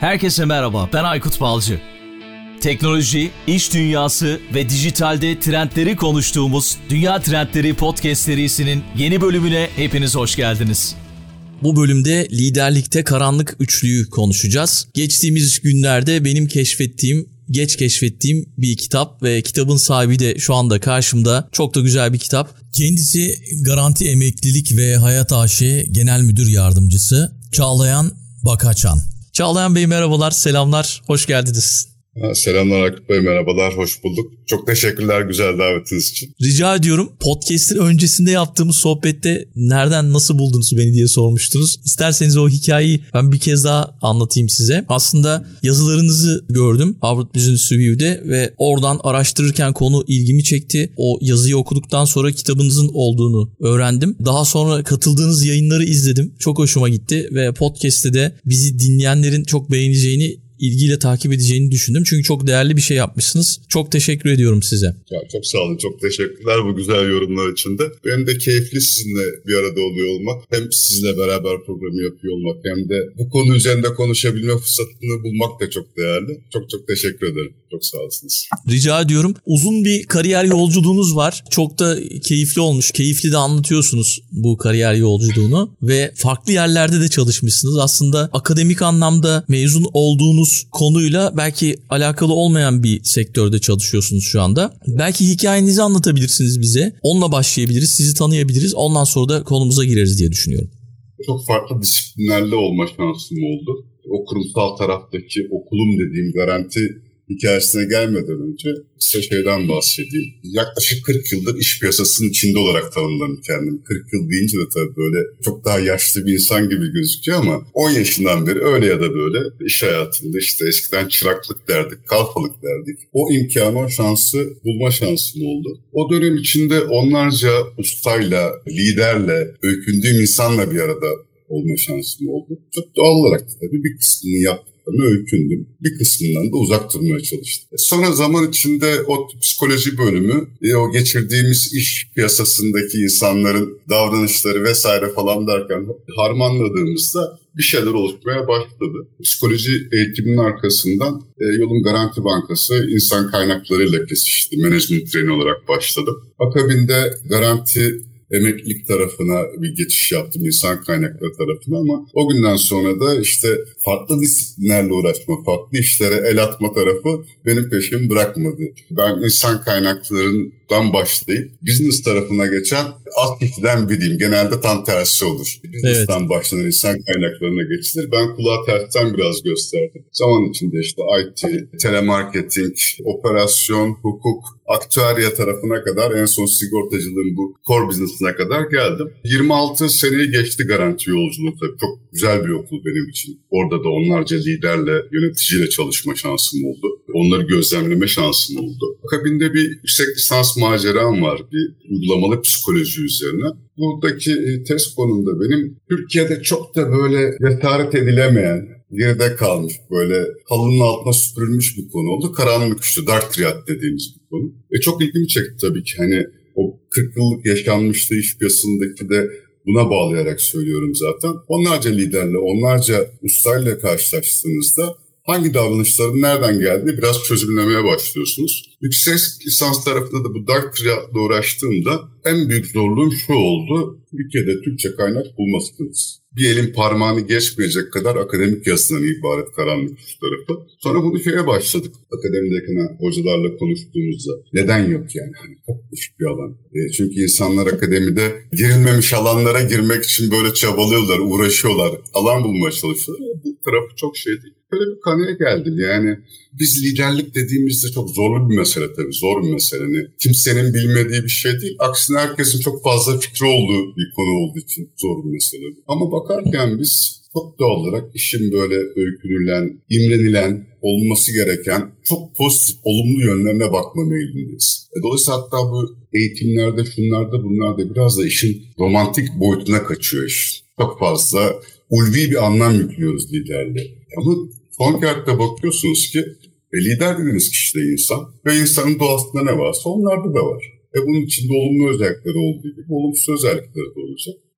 Herkese merhaba, ben Aykut Balcı. Teknoloji, iş dünyası ve dijitalde trendleri konuştuğumuz Dünya Trendleri Podcast serisinin yeni bölümüne hepiniz hoş geldiniz. Bu bölümde liderlikte karanlık üçlüyü konuşacağız. Geçtiğimiz günlerde benim geç keşfettiğim bir kitap ve kitabın sahibi de şu anda karşımda. Çok da güzel bir kitap. Kendisi Garanti Emeklilik ve Hayat AŞ Genel Müdür Yardımcısı Çağlayan Bakaçan. Çağlayan Bey merhabalar, selamlar, hoş geldiniz. Selamlar Aykut Bey, merhabalar, hoş bulduk. Çok teşekkürler güzel davetiniz için. Rica ediyorum. Podcast'in öncesinde yaptığımız sohbette nereden nasıl buldunuz beni diye sormuştunuz. İsterseniz o hikayeyi ben bir kez daha anlatayım size. Aslında yazılarınızı gördüm Harvard Business Review'de ve oradan araştırırken konu ilgimi çekti. O yazıyı okuduktan sonra kitabınızın olduğunu öğrendim. Daha sonra katıldığınız yayınları izledim. Çok hoşuma gitti ve podcast'te de bizi dinleyenlerin çok beğeneceğini, ilgiyle takip edeceğini düşündüm. Çünkü çok değerli bir şey yapmışsınız. Çok teşekkür ediyorum size. Ya, çok sağ olun. Çok teşekkürler bu güzel yorumlar için de. Benim de keyifli sizinle bir arada oluyor olmak. Hem sizinle beraber programı yapıyor olmak hem de bu konu üzerinde konuşabilme fırsatını bulmak da çok değerli. Çok teşekkür ederim. Çok sağ olasınız. Rica ediyorum. Uzun bir kariyer yolculuğunuz var. Çok da keyifli olmuş. Keyifli de anlatıyorsunuz bu kariyer yolculuğunu. Ve farklı yerlerde de çalışmışsınız. Aslında akademik anlamda mezun olduğunuz konuyla belki alakalı olmayan bir sektörde çalışıyorsunuz şu anda. Belki hikayenizi anlatabilirsiniz bize. Onunla başlayabiliriz, sizi tanıyabiliriz. Ondan sonra da konumuza gireriz diye düşünüyorum. Çok farklı disiplinlerle olma şansım oldu. O kurumsal taraftaki okulum dediğim Garanti hikayesine gelmeden önce size şeyden bahsedeyim. Yaklaşık 40 yıldır iş piyasasının içinde olarak tanımlarım kendimi. 40 yıl deyince de tabii böyle çok daha yaşlı bir insan gibi gözüküyor ama 10 yaşından beri öyle ya da böyle iş hayatında işte eskiden çıraklık derdik, kalfalık derdik. O imkanı, o şansı bulma şansım oldu. O dönem içinde onlarca ustayla, liderle, öykündüğüm insanla bir arada olma şansım oldu. Çok doğal olarak da tabii bir kısmını yaptım. Öykündüm. Bir kısmından da uzak durmaya çalıştım. Sonra zaman içinde o psikoloji bölümü, o geçirdiğimiz iş piyasasındaki insanların davranışları vesaire falan derken harmanladığımızda bir şeyler oluşmaya başladı. Psikoloji eğitiminin arkasından yolum Garanti Bankası insan kaynaklarıyla kesişti. Management trainee olarak başladım. Akabinde Garanti emeklilik tarafına bir geçiş yaptım, insan kaynakları tarafına ama o günden sonra da işte farklı disiplinlerle uğraşma, farklı işlere el atma tarafı benim peşimi bırakmadı. Ben insan kaynaklarından başlayıp business tarafına geçen alt kişiden biriyim. Genelde tam tersi olur. Business'tan başlanır, insan kaynaklarına geçilir. Ben kulağa tersten biraz gösterdim. Zaman içinde işte IT, telemarketing, operasyon, hukuk, aktüarya tarafına kadar en son sigortacılığın bu core business'ına kadar geldim. 26 seneyi geçti Garanti yolculuğu tabii. Çok güzel bir okul benim için. Orada da onlarca liderle, yöneticiyle çalışma şansım oldu. Onları gözlemleme şansım oldu. Akabinde bir yüksek lisans maceram var. Bir uygulamalı psikoloji üzerine. Buradaki test konumda benim Türkiye'de çok da böyle cesaret edilemeyen, geride kalmış, böyle halının altına süpürülmüş bir konu oldu. Karanlık üçlü, dark triad dediğimiz bir konu. Çok ilgimi çekti tabii ki. Hani o 40 yıllık yaşanmışlığı iş piyasasındaki de buna bağlayarak söylüyorum zaten. Onlarca liderle, onlarca ustayla karşılaştığınızda hangi davranışların nereden geldiğini biraz çözümlemeye başlıyorsunuz. Yüksek lisans tarafında da bu dark triad'la uğraştığımda en büyük zorluğum şu oldu. Türkiye'de Türkçe kaynak bulma sıkıntısı. Bir elin parmağını geçmeyecek kadar akademik yazıdan ibaret karanlık üst tarafı. Sonra bunu şeye başladık. Akademideki hocalarla konuştuğumuzda. Neden yok yani? Hani çok düşük bir alan. Çünkü insanlar akademide girilmemiş alanlara girmek için böyle çabalıyorlar, uğraşıyorlar. Alan bulmaya çalışıyorlar. Bu tarafı çok şey değil. Böyle bir kanıya geldim yani. Biz liderlik dediğimizde çok zorlu bir mesele tabii. Zor bir mesele. Yani kimsenin bilmediği bir şey değil. Aksine herkesin çok fazla fikri olduğu bir konu olduğu için zor bir mesele. Ama bakarken biz çok doğal olarak işin böyle öykünülen, imrenilen, olması gereken çok pozitif, olumlu yönlerine bakma meyillindeyiz. Dolayısıyla hatta bu eğitimlerde, şunlarda, bunlarda biraz da işin romantik boyutuna kaçıyor iş. Çok fazla ulvi bir anlam yüklüyoruz liderliğe. Ama son kertte bakıyorsunuz ki lider dediğiniz kişi de insan ve insanın doğasında ne varsa onlarda da var. Bunun içinde olumlu özellikleri olduğu gibi olumsuz özellikleri de olacak.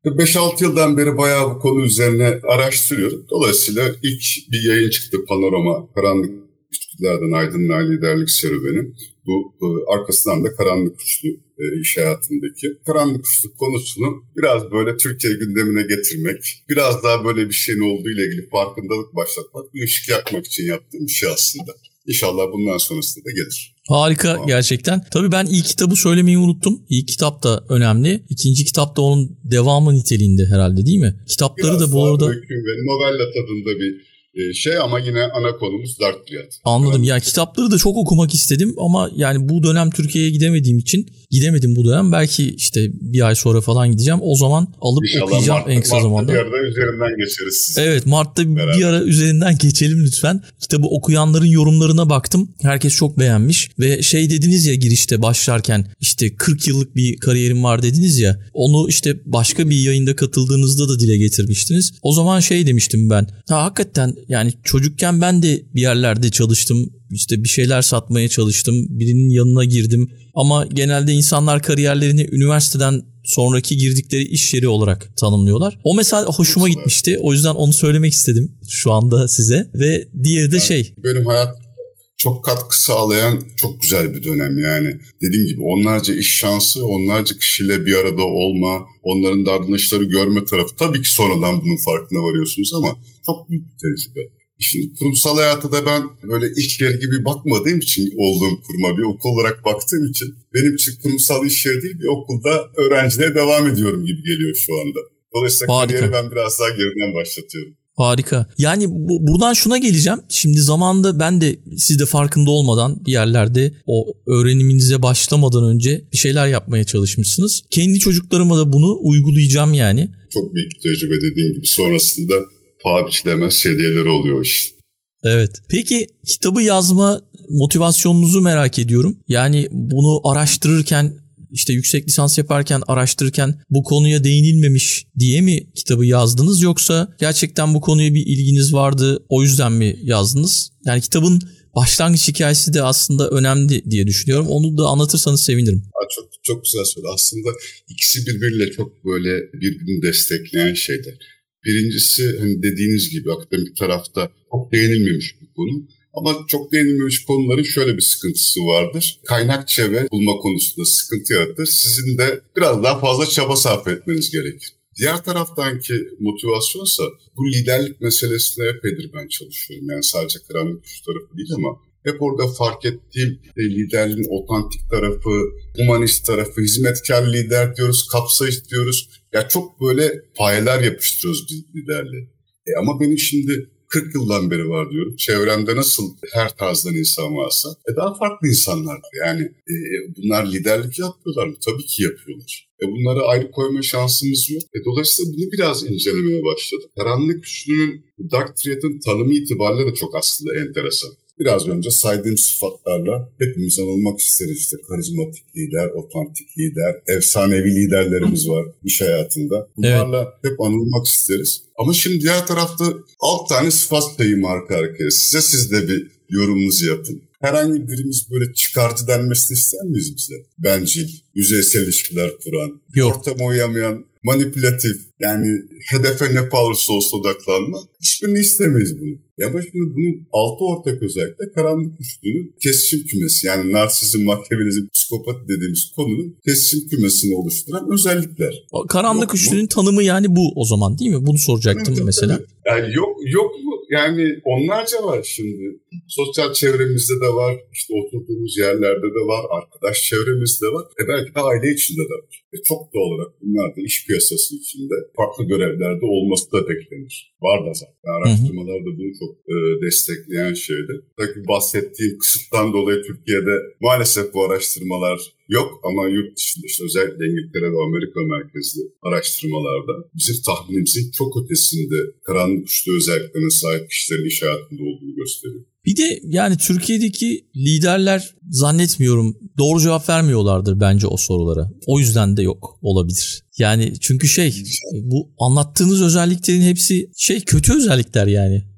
5-6 yıldan beri bayağı bu konu üzerine araştırıyorum. Dolayısıyla ilk bir yayın çıktı, Panorama, Karanlık Güçlülerden Aydınlığa Liderlik Serüveni. Bu arkasından da Karanlık Güçlü iş hayatındaki karanlık güçlük konusunu biraz böyle Türkiye gündemine getirmek, biraz daha böyle bir şeyin olduğu ile ilgili farkındalık başlatmak, bir ışık yakmak için yaptığım bir şey aslında. İnşallah bundan sonrasında da gelir. Harika gerçekten. Tabii ben ilk kitabı söylemeyi unuttum. İlk kitap da önemli. İkinci kitap da onun devamı niteliğinde herhalde, değil mi? Kitapları biraz da bu arada... öykü ve novella tadında bir şey ama yine ana konumuz Dark Triad. Anladım. Yani kitapları da çok okumak istedim ama yani bu dönem Türkiye'ye gidemediğim için gidemedim bu dönem. Belki işte bir ay sonra falan gideceğim. O zaman alıp İnşallah okuyacağım en kısa zamanda. Mart'ta bir ara üzerinden geçeriz siz. Evet, Mart'ta bir ara üzerinden geçelim lütfen. Kitabı okuyanların yorumlarına baktım. Herkes çok beğenmiş ve şey dediniz ya girişte başlarken, işte 40 yıllık bir kariyerim var dediniz ya. Onu işte başka bir yayında katıldığınızda da dile getirmiştiniz. O zaman şey demiştim ben. Hakikaten yani çocukken ben de bir yerlerde çalıştım. İşte bir şeyler satmaya çalıştım. Birinin yanına girdim. Ama genelde insanlar kariyerlerini üniversiteden sonraki girdikleri iş yeri olarak tanımlıyorlar. O mesela hoşuma gitmişti. O yüzden onu söylemek istedim şu anda size. Ve diğeri de şey. Benim hayat çok katkı sağlayan çok güzel bir dönem yani. Dediğim gibi onlarca iş şansı, onlarca kişiyle bir arada olma, onların davranışları görme tarafı. Tabii ki sonradan bunun farkına varıyorsunuz ama çok büyük bir tecrübe. Şimdi kurumsal hayata da ben böyle iş yeri gibi bakmadığım için, olduğum kuruma bir okul olarak baktığım için benim için kurumsal iş yeri değil, bir okulda öğrenciliğe devam ediyorum gibi geliyor şu anda. Dolayısıyla kariyeri ben biraz daha geriden başlatıyorum. Harika. Yani buradan şuna geleceğim. Şimdi zamanında ben de siz de farkında olmadan bir yerlerde o öğreniminize başlamadan önce bir şeyler yapmaya çalışmışsınız. Kendi çocuklarıma da bunu uygulayacağım yani. Çok büyük bir tecrübe dediğim gibi. Sonrasında paha biçilemez hediyeleri oluyor işte. Evet. Peki kitabı yazma motivasyonunuzu merak ediyorum. Yani bunu araştırırken, İşte yüksek lisans yaparken, araştırırken bu konuya değinilmemiş diye mi kitabı yazdınız, yoksa gerçekten bu konuya bir ilginiz vardı, o yüzden mi yazdınız? Yani kitabın başlangıç hikayesi de aslında önemli diye düşünüyorum. Onu da anlatırsanız sevinirim. Çok çok güzel söyledi. Aslında ikisi birbiriyle çok böyle birbirini destekleyen şeyler. Birincisi hani dediğiniz gibi akademik tarafta çok değinilmemiş bir konu. Ama çok değinilmemiş konuların şöyle bir sıkıntısı vardır. Kaynak çevre bulma konusunda sıkıntı yaratır. Sizin de biraz daha fazla çaba sarf etmeniz gerekir. Diğer taraftanki motivasyonsa bu liderlik meselesine epeydir ben çalışıyorum. Yani sadece karanlık güç tarafı değil ama hep orada fark ettiğim liderliğin otantik tarafı, humanist tarafı, hizmetkar lider diyoruz, kapsayıcı diyoruz. Ya çok böyle payeler yapıştırıyoruz biz liderliğe. Ama benim şimdi 40 yıldan beri var diyorum. Çevremde nasıl her tarzdan insan varsa daha farklı insanlar var. Yani bunlar liderlik yapıyorlar mı? Tabii ki yapıyorlar. Bunları ayrı koyma şansımız yok. Dolayısıyla bunu biraz incelemeye başladım. Karanlık güçlünün Dark Triad'ın tanımı itibariyle de çok aslında enteresan. Biraz önce saydığım sıfatlarla hepimiz anılmak isteriz. İşte karizmatik lider, otantik lider, efsanevi liderlerimiz var iş hayatında. Bunlarla hep anılmak isteriz. Ama şimdi diğer tarafta 6 tane sıfat sayayım arka arkaya size. Siz de bir yorumunuzu yapın. Herhangi birimiz böyle çıkarcı denmesini ister miyiz bize? Bencil, yüzeysel ilişkiler kuran, ortama uyamayan, manipülatif, yani hedefe ne olursa olsun odaklanma. Hiçbirini istemeyiz bunu. Ama şimdi bunun altı ortak özellikle karanlık güçlünün kesişim kümesi. Yani narsizm, makyavelizm, psikopat dediğimiz konunun kesişim kümesini oluşturan özellikler. Karanlık güçlünün tanımı yani bu o zaman, değil mi? Bunu soracaktım mesela. Evet. Yani yok mu? Yani onlarca var şimdi. Sosyal çevremizde de var, işte oturduğumuz yerlerde de var, arkadaş çevremizde var. Belki de aile içinde de var. Çok doğal olarak bunlar da iş piyasası içinde farklı görevlerde olması da beklenir. Var da zaten. Araştırmalar da bunu çok destekleyen şeydi. Tabii bahsettiğim kısıttan dolayı Türkiye'de maalesef bu araştırmalar yok ama yurt dışında işte özellikle İngiltere ve Amerika merkezli araştırmalarda bizim tahminimizin çok ötesinde karanlık güçlü özelliklerine sahip kişilerin iş hayatında olduğunu gösteriyor. Bir de yani Türkiye'deki liderler zannetmiyorum doğru cevap vermiyorlardır bence o sorulara. O yüzden de yok olabilir. Yani çünkü bu anlattığınız özelliklerin hepsi kötü özellikler yani.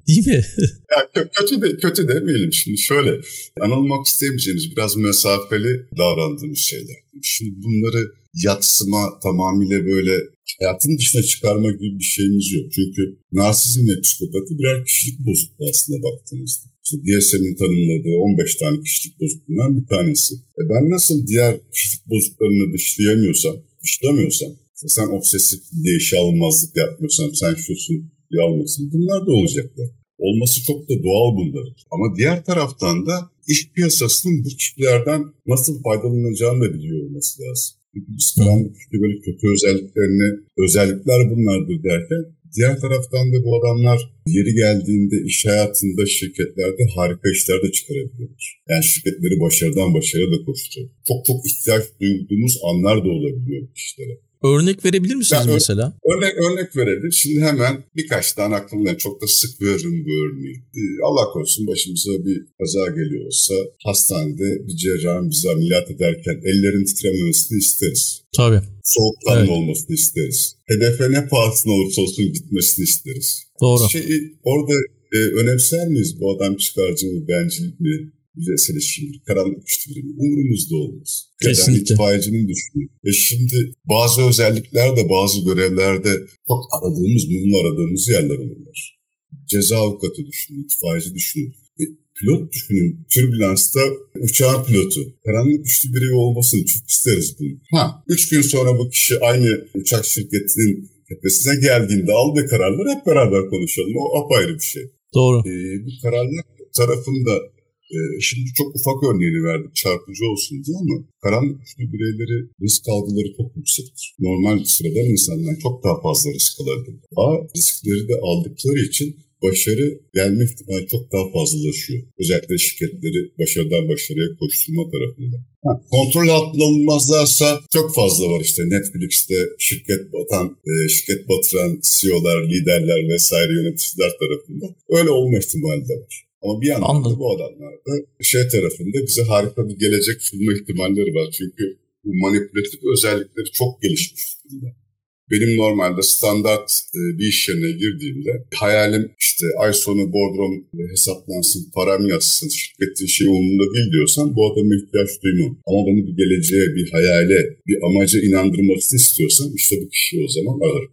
Değil mi? Ya kötü demeyelim. Şimdi şöyle, yanılmak istemeyeceğimiz, biraz mesafeli davrandığımız şeyler. Şimdi bunları yatsıma, tamamıyla böyle hayatın dışına çıkarma gibi bir şeyimiz yok. Çünkü narsizm ve psikopati birer kişilik bozukluğu aslında baktığınızda. İşte DSM'in tanımladığı 15 tane kişilik bozukluğundan bir tanesi. Ben nasıl diğer kişilik bozukluklarını dışlamıyorsam, işte sen obsesif diye işe alınmazlık yapmıyorsan, sen şusun diye almasın, bunlar da olacaklar. Olması çok da doğal bunların. Ama diğer taraftan da iş piyasasının bu kişilerden nasıl faydalanacağını da biliyor olması lazım. Biz karanlık işte böyle kötü özellikler bunlardır derken, diğer taraftan da bu adamlar yeri geldiğinde iş hayatında, şirketlerde harika işler de çıkarabiliyorlar. Yani şirketleri başarıdan başarıya da koşacak. Çok ihtiyaç duyduğumuz anlar da olabiliyor bu kişilere. Örnek verebilir misiniz mesela? Örnek verebilir. Şimdi hemen birkaç tane aklımdan, çok da sık veririm bu örneği. Allah korusun başımıza bir kaza geliyorsa, hastanede bir cerrahın bizi ameliyat ederken ellerin titrememesini isteriz. Tabii. Soğukkanlı olmasını isteriz. Hedefe ne pahasına olursa olsun gitmesini isteriz. Doğru. Orada önemser miyiz? Bu adam çıkarcı mı, bencillik mi? Yüzeysel işimdir, karanlık güçlüdür. Umurumuzda olmaz. Kesinlikle. İtfaiyecinin düşünün. Şimdi bazı özelliklerde, bazı görevlerde çok mumla aradığımız yerler olurlar. Ceza avukatı düşünün, itfaiyeci düşünün. Pilot düşünün, türbülansta uçağın pilotu. Karanlık güçlü biri olmasını çok isteriz bunu. 3 gün sonra bu kişi aynı uçak şirketinin tepesine geldiğinde aldığı kararları hep beraber konuşalım. O apayrı bir şey. Doğru. Bu kararlar tarafında şimdi çok ufak örneğini verdim, çarpıcı olsun diye, ama karanlık güçlü bireyleri risk algıları çok yüksektir. Normal sıradan insandan çok daha fazla risk alabilir. Riskleri de aldıkları için başarı gelme ihtimali çok daha fazlalaşıyor. Özellikle şirketleri başarıdan başarıya koşturma tarafında. Kontrol altına alınmazlarsa çok fazla var işte. Netflix'te şirket batıran CEO'lar, liderler vesaire, yöneticiler tarafında. Öyle olma ihtimali de var. Ama bir yandan da bu adamlar da tarafında bize harika bir gelecek sunma ihtimalleri var. Çünkü bu manipülatif özellikleri çok gelişmiş durumda. Benim normalde standart bir iş yerine girdiğimde hayalim işte ay sonu bordrom hesaplansın, param yazsın, şirketin şeyi umurumda değil diyorsan bu adama ihtiyaç duymam. Ama beni bir geleceğe, bir hayale, bir amaca inandırmasını istiyorsam işte bu kişiyi o zaman ararım.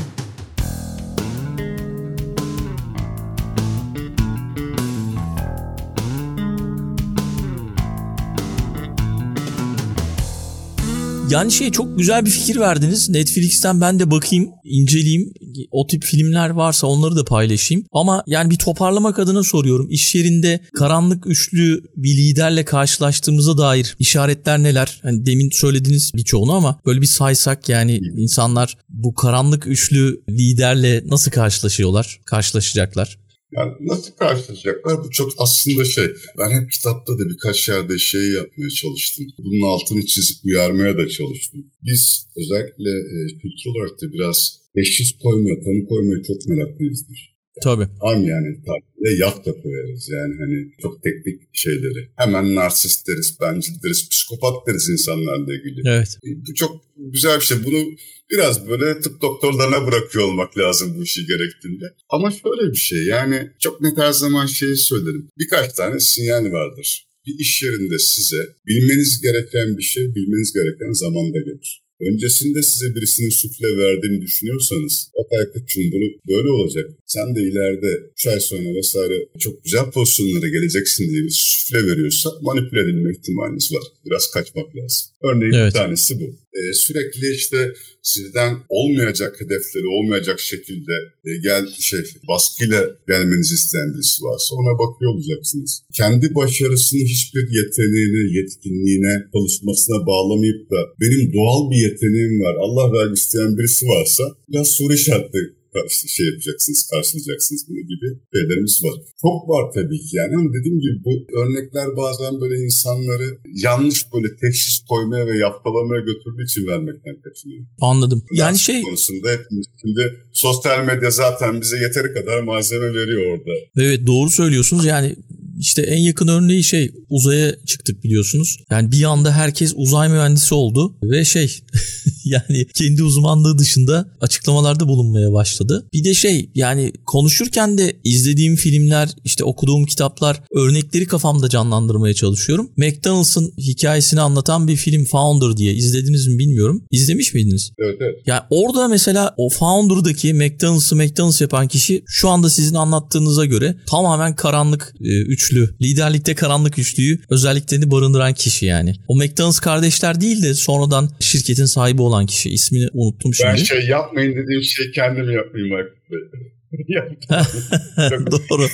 Yani çok güzel bir fikir verdiniz. Netflix'ten ben de bakayım, inceleyeyim. O tip filmler varsa onları da paylaşayım. Ama yani bir toparlamak adına soruyorum. İş yerinde karanlık üçlü bir liderle karşılaştığımıza dair işaretler neler? Hani demin söylediniz birçoğunu ama böyle bir saysak, yani insanlar bu karanlık üçlü liderle nasıl karşılaşacaklar? Yani nasıl karşılayacaklar? Bu çok aslında ben hep kitapta da birkaç yerde yapmaya çalıştım. Bunun altını çizip uyarmaya da çalıştım. Biz özellikle kültür olarak da biraz teşhis koymaya, tanı koymaya çok meraklıyızdır. Tabii. Yani yaf da koyarız yani hani çok teknik şeyleri. Hemen narsist deriz, bencil deriz, psikopat deriz insanlarla ilgili. Evet. Bu çok güzel bir şey. Bunu biraz böyle tıp doktorlarına bırakıyor olmak lazım bu işi gerektiğinde. Ama şöyle bir şey, yani çok net her zaman söylerim. Birkaç tane sinyal vardır. Bir iş yerinde size bilmeniz gereken bir şey, bilmeniz gereken zamanda gelir. Öncesinde size birisinin sufle verdiğini düşünüyorsanız, Aykut'cum bunu böyle olacak. Sen de ileride 3 ay sonra vesaire çok güzel pozisyonlara geleceksin diye bir sufle veriyorsa manipüle edilme ihtimaliniz var. Biraz kaçmak lazım. Örneğin bir tanesi bu. Sürekli sizden olmayacak hedefleri, olmayacak şekilde baskıyla gelmenizi isteyen birisi varsa ona bakıyor olacaksınız. Kendi başarısını hiçbir yeteneğine, yetkinliğine, çalışmasına bağlamayıp da benim doğal bir yeteneğim var, Allah vergi isteyen birisi varsa biraz soru işaretleri karşılayacaksınız bunu gibi şeylerimiz var. Çok var tabii ki yani, ama dediğim gibi bu örnekler bazen böyle insanları yanlış böyle teşhis koymaya ve yaftalamaya götürdüğü için vermekten kaçınıyor. Anladım. Yani konusunda hepimiz şimdi sosyal medya zaten bize yeteri kadar malzeme veriyor orada. Evet, doğru söylüyorsunuz. Yani İşte en yakın örneği uzaya çıktık biliyorsunuz. Yani bir anda herkes uzay mühendisi oldu ve Yani kendi uzmanlığı dışında açıklamalarda bulunmaya başladı. Bir de yani konuşurken de izlediğim filmler, işte okuduğum kitaplar, örnekleri kafamda canlandırmaya çalışıyorum. McDonald's'ın hikayesini anlatan bir film Founder diye, izlediniz mi bilmiyorum. İzlemiş miydiniz? Evet. Yani orada mesela o Founder'daki McDonald's yapan kişi şu anda sizin anlattığınıza göre tamamen karanlık üçlü, liderlikte karanlık üçlüyü özelliklerini barındıran kişi yani. O McDonald's kardeşler değil de sonradan şirketin sahibi olan kişi. İsmini unuttum şimdi. Ben yapmayın dediğim şeyi kendim yapmayayım Aykut Bey. Doğru.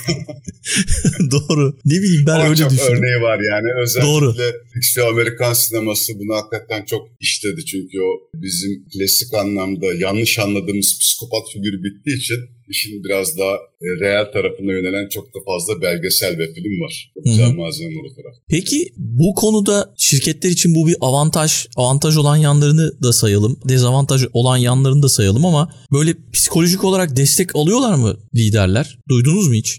Doğru. Ne bileyim ben öyle çok düşündüm. Örneği var yani. Özellikle Doğru. işte Amerikan sineması bunu hakikaten çok işledi. Çünkü o bizim klasik anlamda yanlış anladığımız psikopat figürü bittiği için işin biraz daha reel tarafına yönelen çok da fazla belgesel ve film var. Çok güzel malzeme var o tarafta. Peki bu konuda şirketler için bu bir avantaj olan yanlarını da sayalım, dezavantaj olan yanlarını da sayalım ama böyle psikolojik olarak destek alıyorlar mı liderler? Duydunuz mu hiç?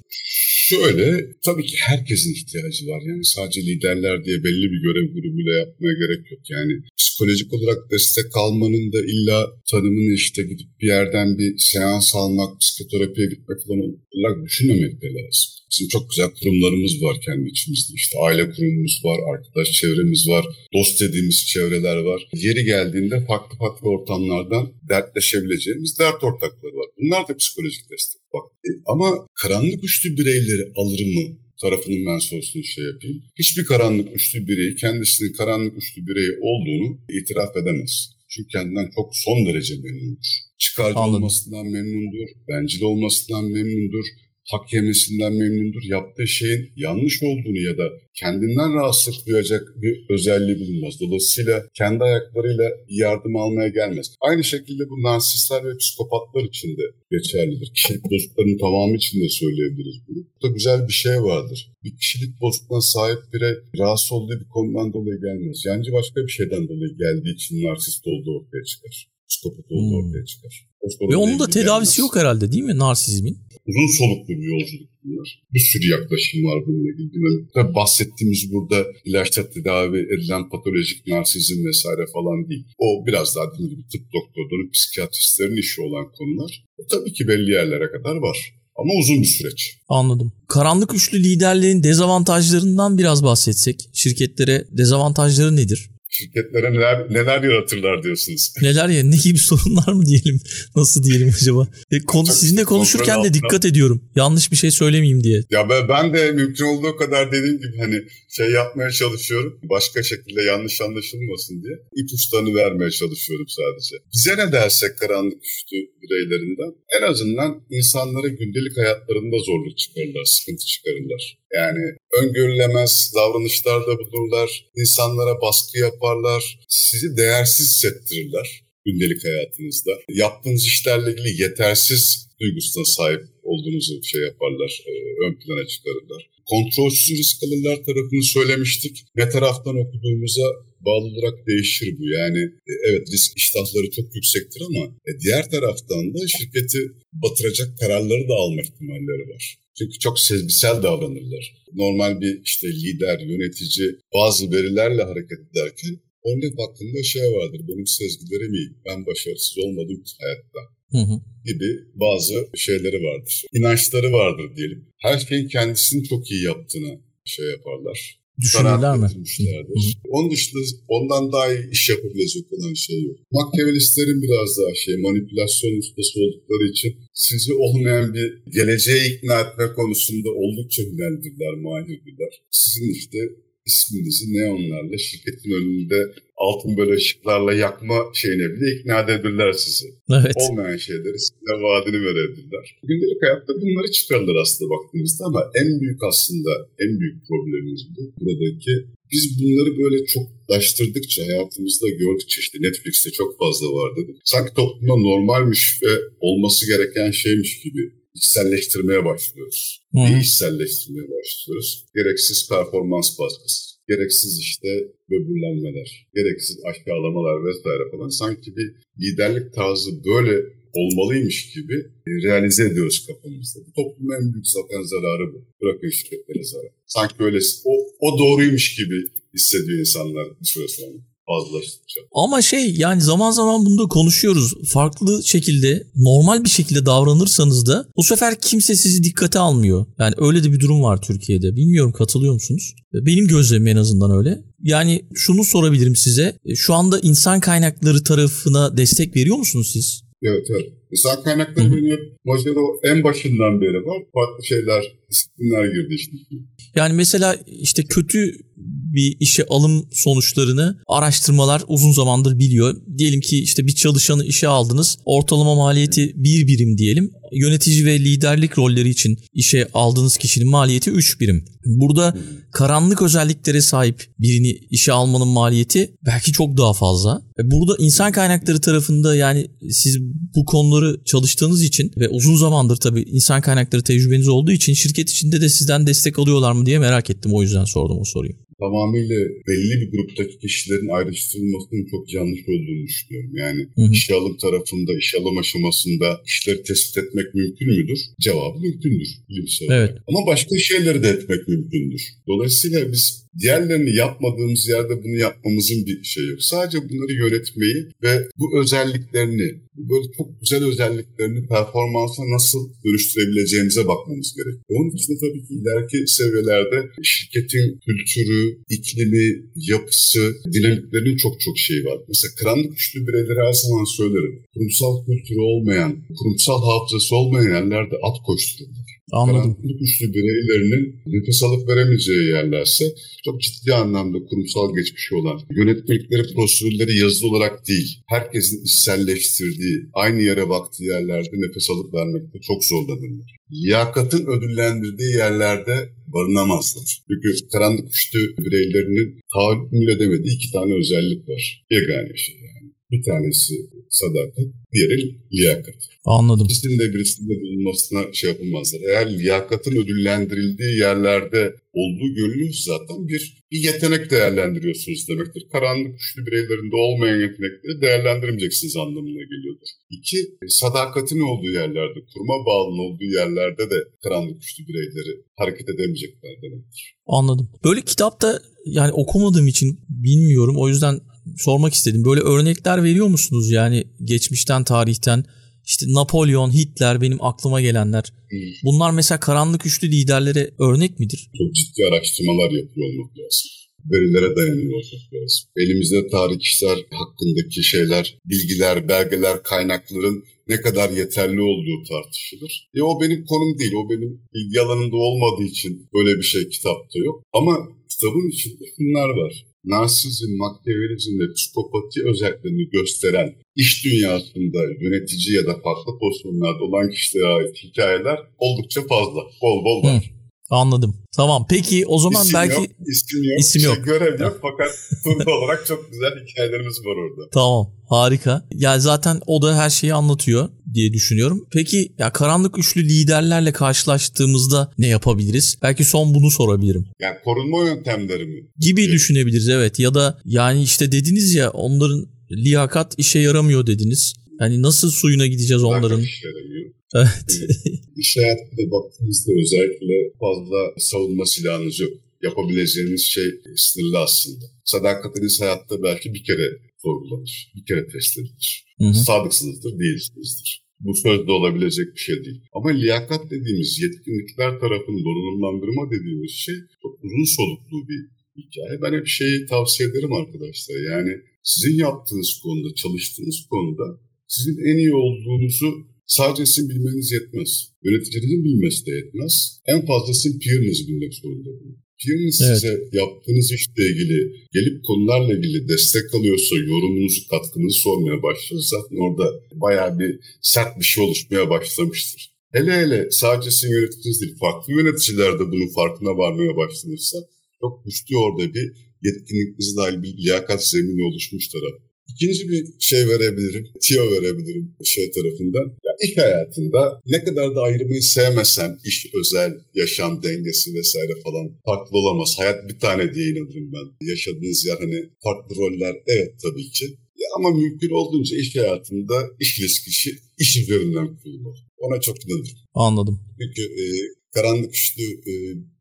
Şöyle, tabii ki herkesin ihtiyacı var. Yani sadece liderler diye belli bir görev grubuyla yapmaya gerek yok. Yani psikolojik olarak destek almanın da illa tanımını işte gidip bir yerden bir seans almak, psikoterapiye gitmek falan olarak düşünmemek de lazım. Bizim çok güzel kurumlarımız var kendi içimizde. İşte aile kurumumuz var, arkadaş çevremiz var, dost dediğimiz çevreler var. Yeri geldiğinde farklı ortamlardan dertleşebileceğimiz dert ortakları var. Bunlar da psikolojik destek. Bak, ama karanlık güçlü bireyleri alır mı tarafının ben sorusunu yapayım. Hiçbir karanlık güçlü birey kendisinin karanlık güçlü birey olduğunu itiraf edemez. Çünkü kendinden çok son derece memnundur. Çıkarcı olmasından memnundur, bencil olmasından memnundur, hak yemesinden memnundur, yaptığı şeyin yanlış olduğunu ya da kendinden rahatsızlık duyacak bir özelliği bulunmaz. Dolayısıyla kendi ayaklarıyla yardım almaya gelmez. Aynı şekilde bu narsistler ve psikopatlar için de geçerlidir. Kişilik bozukluklarının tamamı için de söyleyebiliriz bunu. Burada güzel bir şey vardır. Bir kişilik bozukluğuna sahip birey rahatsız olduğu bir konudan dolayı gelmez. Yani başka bir şeyden dolayı geldiği için narsist olduğu ortaya çıkar. Psikopat olduğu ortaya çıkar. Ve onun da tedavisi yok herhalde değil mi narsizmin? Uzun soluklu bir yolculuk bunlar. Bir sürü yaklaşım var bununla ilgili. Tabii bahsettiğimiz burada ilaçla tedavi edilen patolojik narsizm vesaire falan değil. O biraz daha dediğim gibi tıp doktorları, psikiyatristlerin işi olan konular. Tabii ki belli yerlere kadar var. Ama uzun bir süreç. Anladım. Karanlık üçlü liderlerin dezavantajlarından biraz bahsetsek. Şirketlere dezavantajları nedir? Şirketlere neler yaratırlar diyorsunuz? Ne gibi sorunlar mı diyelim? Nasıl diyelim acaba? Sizinle konuşurken de dikkat ediyorum. Yanlış bir şey söylemeyeyim diye. Ya ben de mümkün olduğu kadar dediğim gibi yapmaya çalışıyorum. Başka şekilde yanlış anlaşılmasın diye. İpuçlarını vermeye çalışıyorum sadece. Bize ne dersek karanlık güçlü bireylerinden en azından insanlara gündelik hayatlarında zorluk çıkarırlar, sıkıntı çıkarırlar. Yani öngörülemez davranışlarda bulunurlar, insanlara baskı yaparlar, sizi değersiz hissettirirler gündelik hayatınızda. Yaptığınız işlerle ilgili yetersiz duygusuna sahip olduğunuzu yaparlar, ön plana çıkarırlar. Kontrolsüz risk alırlar tarafını söylemiştik. Ne taraftan okuduğumuza bağlı olarak değişir bu. Yani evet risk iştahları çok yüksektir ama diğer taraftan da şirketi batıracak kararları da alma ihtimalleri var. Çünkü çok sezgisel davranırlar. Normal bir lider, yönetici bazı verilerle hareket ederken onun hakkında vardır. Benim sezgilerim iyi. Ben başarısız olmadım hayatta. Gibi bazı şeyleri vardır. İnançları vardır diyelim. Her şeyin kendisini çok iyi yaptığını yaparlar. Düşünürler mi? Onun dışında ondan daha iyi iş yapabilecek olan şey yok. Machiavellistlerin biraz daha manipülasyon ustası oldukları için sizi olmayan bir geleceğe ikna etme konusunda oldukça hünerlidirler, mahirdirler. Sizin isminizi neonlarla şirketin önünde altın böyle ışıklarla yakma bile ikna edebilirler sizi. Evet. Olmayan şeyleri size vaadini verebilirler. Gündelik hayatta bunları çıkarırlar aslında baktığımızda ama en büyük problemimiz bu. Buradaki biz bunları böyle çoklaştırdıkça, hayatımızda gördükçe Netflix'te çok fazla var dedik. Sanki toplumda normalmiş ve olması gereken şeymiş gibi içselleştirmeye başlıyoruz. Neyi içselleştirmeye başlıyoruz? Gereksiz performans baskısı, gereksiz böbürlenmeler, gereksiz aşağılamalar vesaire falan. Sanki bir liderlik tarzı böyle olmalıymış gibi realize ediyoruz kafamızda. Bu toplumun en büyük zaten zararı bu. Bırakın şirketlere zarar. Sanki öyle o doğruymuş gibi hissediyor insanlar bir süre sonra. fazlalaştıkça. Ama yani zaman zaman bunu da konuşuyoruz. Farklı şekilde, normal bir şekilde davranırsanız da bu sefer kimse sizi dikkate almıyor. Yani öyle de bir durum var Türkiye'de. Bilmiyorum, katılıyor musunuz? Benim gözlemim en azından öyle. Yani şunu sorabilirim size. Şu anda insan kaynakları tarafına destek veriyor musunuz siz? Evet. İnsan kaynakları benim Majero en başından beri var. Farklı şeyler, disiplinler girdi işte. Yani mesela işte kötü bir işe alım sonuçlarını araştırmalar uzun zamandır biliyor. Diyelim ki işte bir çalışanı işe aldınız. Ortalama maliyeti 1 birim diyelim. Yönetici ve liderlik rolleri için işe aldığınız kişinin maliyeti 3 birim. Burada karanlık özelliklere sahip birini işe almanın maliyeti belki çok daha fazla. Burada insan kaynakları tarafında, yani siz bu konuları çalıştığınız için ve uzun zamandır tabii insan kaynakları tecrübeniz olduğu için şirket içinde de sizden destek alıyorlar mı diye merak ettim. O yüzden sordum o soruyu. Tamamıyla belli bir gruptaki kişilerin ayrıştırılmasının çok yanlış olduğunu düşünüyorum. Yani işe alım tarafında, işe alım aşamasında kişileri tespit etmek mümkün müdür? Cevabı mümkündür. Evet. Ama başka şeyleri de etmek mümkündür. Dolayısıyla biz diğerlerini yapmadığımız yerde bunu yapmamızın bir şey yok. Sadece bunları yönetmeyi ve bu özelliklerini, bu böyle çok güzel özelliklerini performansa nasıl dönüştürebileceğimize bakmamız gerekiyor. Onun için de tabii ki ileriki seviyelerde şirketin kültürü, iklimi, yapısı, dinamiklerinin çok şeyi var. Mesela karanlık güçlü bireyleri her zaman söylerim. Kurumsal kültürü olmayan, kurumsal hafızası olmayan yerlerde at koştururlar. Anladım. Karanlık güçlü bireylerinin nefes alıp veremeyeceği yerlerse çok ciddi anlamda kurumsal geçmişi olan, yönetmelikleri, prosedürleri yazılı olarak değil, herkesin içselleştirdiği, aynı yere baktığı yerlerde nefes alıp vermekte çok zorlanırlar. Liyakatın ödüllendirdiği yerlerde barınamazlar. Çünkü karanlık güçlü bireylerinin tahammül edemediği 2 tane özellik var. Yegane şey yani. Bir tanesi sadakat, diğeri liyakat. Anladım. İkisinin de birisinde bulunmasına yapılmazlar. Eğer liyakatın ödüllendirildiği yerlerde olduğu görülüyorsa zaten bir yetenek değerlendiriyorsunuz demektir. Karanlık güçlü bireylerinde olmayan yetenekleri değerlendirmeyeceksiniz anlamına geliyordur. 2, sadakatin olduğu yerlerde, kuruma bağlı olduğu yerlerde de karanlık güçlü bireyleri hareket edemeyecekler demektir. Anladım. Böyle kitapta yani okumadığım için bilmiyorum. O yüzden sormak istedim. Böyle örnekler veriyor musunuz? Yani geçmişten, tarihten, işte Napolyon, Hitler benim aklıma gelenler. Bunlar mesela karanlık güçlü liderlere örnek midir? Çok ciddi araştırmalar yapıyor olmak lazım. Verilere dayanıyor olmak lazım. Elimizde tarihçiler hakkındaki şeyler, bilgiler, belgeler, kaynakların ne kadar yeterli olduğu tartışılır. O benim konum değil, o benim ilgi alanımda olmadığı için böyle bir şey kitapta yok. Ama kitabın içinde şunlar var. Narsizm, makyavelizm ve psikopati özelliklerini gösteren iş dünyasında yönetici ya da farklı pozisyonlarda olan kişilere ait hikayeler oldukça fazla. Bol var. Anladım. Tamam. Peki o zaman İsim belki... yok, isim yok. Görev yok fakat turda olarak çok güzel hikayelerimiz var orada. Tamam. Harika. Ya zaten o da her şeyi anlatıyor diye düşünüyorum. Peki ya karanlık güçlü liderlerle karşılaştığımızda ne yapabiliriz? Belki son bunu sorabilirim. Yani korunma yöntemleri mi? Gibi düşünebiliriz, evet. Ya da yani işte dediniz ya, onların liyakat işe yaramıyor dediniz. Yani nasıl suyuna gideceğiz onların? İşe yaramıyor. Evet. İş hayatında baktığınızda özellikle fazla savunma silahınız yok. Yapabileceğiniz şey sınırlı aslında. Sadakatiniz hayatta belki bir kere sorgulanır, bir kere test edilir. Sadıksınızdır, değilsinizdir. Bu sözde olabilecek bir şey değil. Ama liyakat dediğimiz, yetkinlikler tarafının donanımlandırma dediğimiz şey çok uzun soluklu bir hikaye. Ben hep şeyi tavsiye ederim arkadaşlar. Yani sizin yaptığınız konuda, çalıştığınız konuda sizin en iyi olduğunuzu sadece sizin bilmeniz yetmez. Yöneticinizin bilmesi de yetmez. En fazla sizin peer'ınızı bilmek zorunda. Peer'iniz size yaptığınız işle ilgili, gelip konularla ilgili destek alıyorsa, yorumunuzu, katkınızı sormaya başlarsa orada bayağı bir sert bir şey oluşmaya başlamıştır. Hele sadece sizin yöneticiniz değil, farklı yöneticiler de bunun farkına varmaya başlanırsa çok güçlü orada bir yetkinliğinizle dair bir liyakat zemini oluşmuş taraf. İkinci bir şey verebilirim, tiyo verebilirim tarafından. Ya iş hayatında ne kadar da ayrımayı sevmesen, iş, özel, yaşam dengesi vesaire falan farklı olamaz. Hayat bir tane diye inanırım ben. Yaşadığınız yer farklı roller, evet tabii ki. Ama mümkün olduğunca iş hayatında iş ilişkisi iş üzerinden kurulmalı. Ona çok inanırım. Anladım. Çünkü karanlık güçlü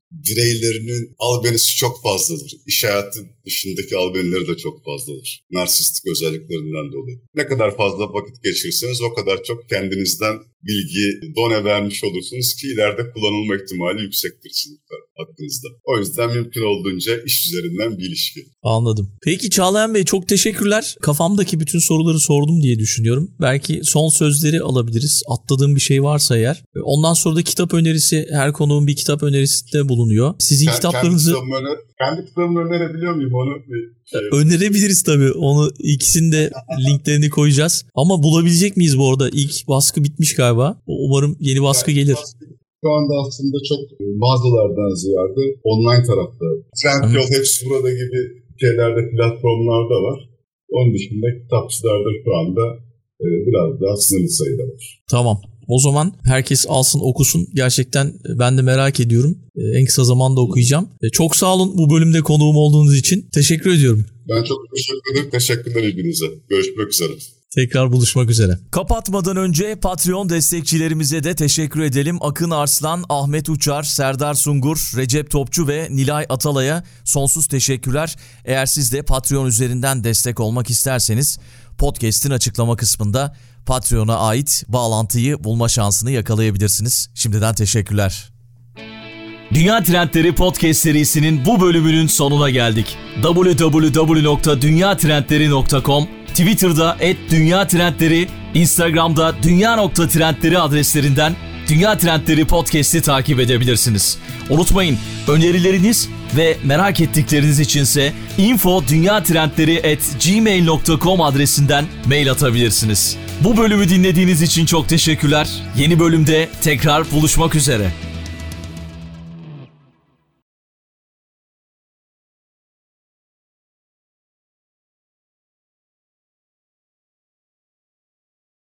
bireylerinin albenisi çok fazladır. İş hayatı dışındaki albenleri de çok fazladır. Narsistik özelliklerinden dolayı. Ne kadar fazla vakit geçirirseniz o kadar çok kendinizden bilgi done vermiş olursunuz ki ileride kullanılma ihtimali yüksektir sizin hakkınızda. O yüzden mümkün olduğunca iş üzerinden bir ilişki. Anladım. Peki Çağlayan Bey, çok teşekkürler. Kafamdaki bütün soruları sordum diye düşünüyorum. Belki son sözleri alabiliriz. Atladığım bir şey varsa eğer. Ondan sonra da kitap önerisi, her konuğun bir kitap önerisinde bulunuyor. Sizin kitaplarınızı... Kendi kitabımı önerebiliyor muyum onu? Önerebiliriz tabii. Onu ikisini de linklerini koyacağız. Ama bulabilecek miyiz bu arada? İlk baskı bitmiş galiba. Umarım yeni baskı gelir. Şu anda aslında çok mağazalardan ziyade online tarafta. Trendyol, hepsi burada gibi şeylerde, platformlarda var. Onun dışında kitapçılarda şu anda biraz daha sınırlı sayıda var. Tamam. O zaman herkes alsın, okusun. Gerçekten ben de merak ediyorum. En kısa zamanda okuyacağım. Çok sağ olun bu bölümde konuğum olduğunuz için. Teşekkür ediyorum. Ben çok teşekkür ederim. Teşekkürler ilginize. Görüşmek üzere. Tekrar buluşmak üzere. Kapatmadan önce Patreon destekçilerimize de teşekkür edelim. Akın Arslan, Ahmet Uçar, Serdar Sungur, Recep Topçu ve Nilay Atalay'a sonsuz teşekkürler. Eğer siz de Patreon üzerinden destek olmak isterseniz podcast'in açıklama kısmında Patreon'a ait bağlantıyı bulma şansını yakalayabilirsiniz. Şimdiden teşekkürler. Dünya Trendleri Podcast serisinin bu bölümünün sonuna geldik. www.dünyatrendleri.com, Twitter'da @dünyatrendleri, Instagram'da dünya.trendleri adreslerinden Dünya Trendleri Podcast'i takip edebilirsiniz. Unutmayın, önerileriniz ve merak ettikleriniz içinse info.dünyatrendleri@gmail.com adresinden mail atabilirsiniz. Bu bölümü dinlediğiniz için çok teşekkürler. Yeni bölümde tekrar buluşmak üzere.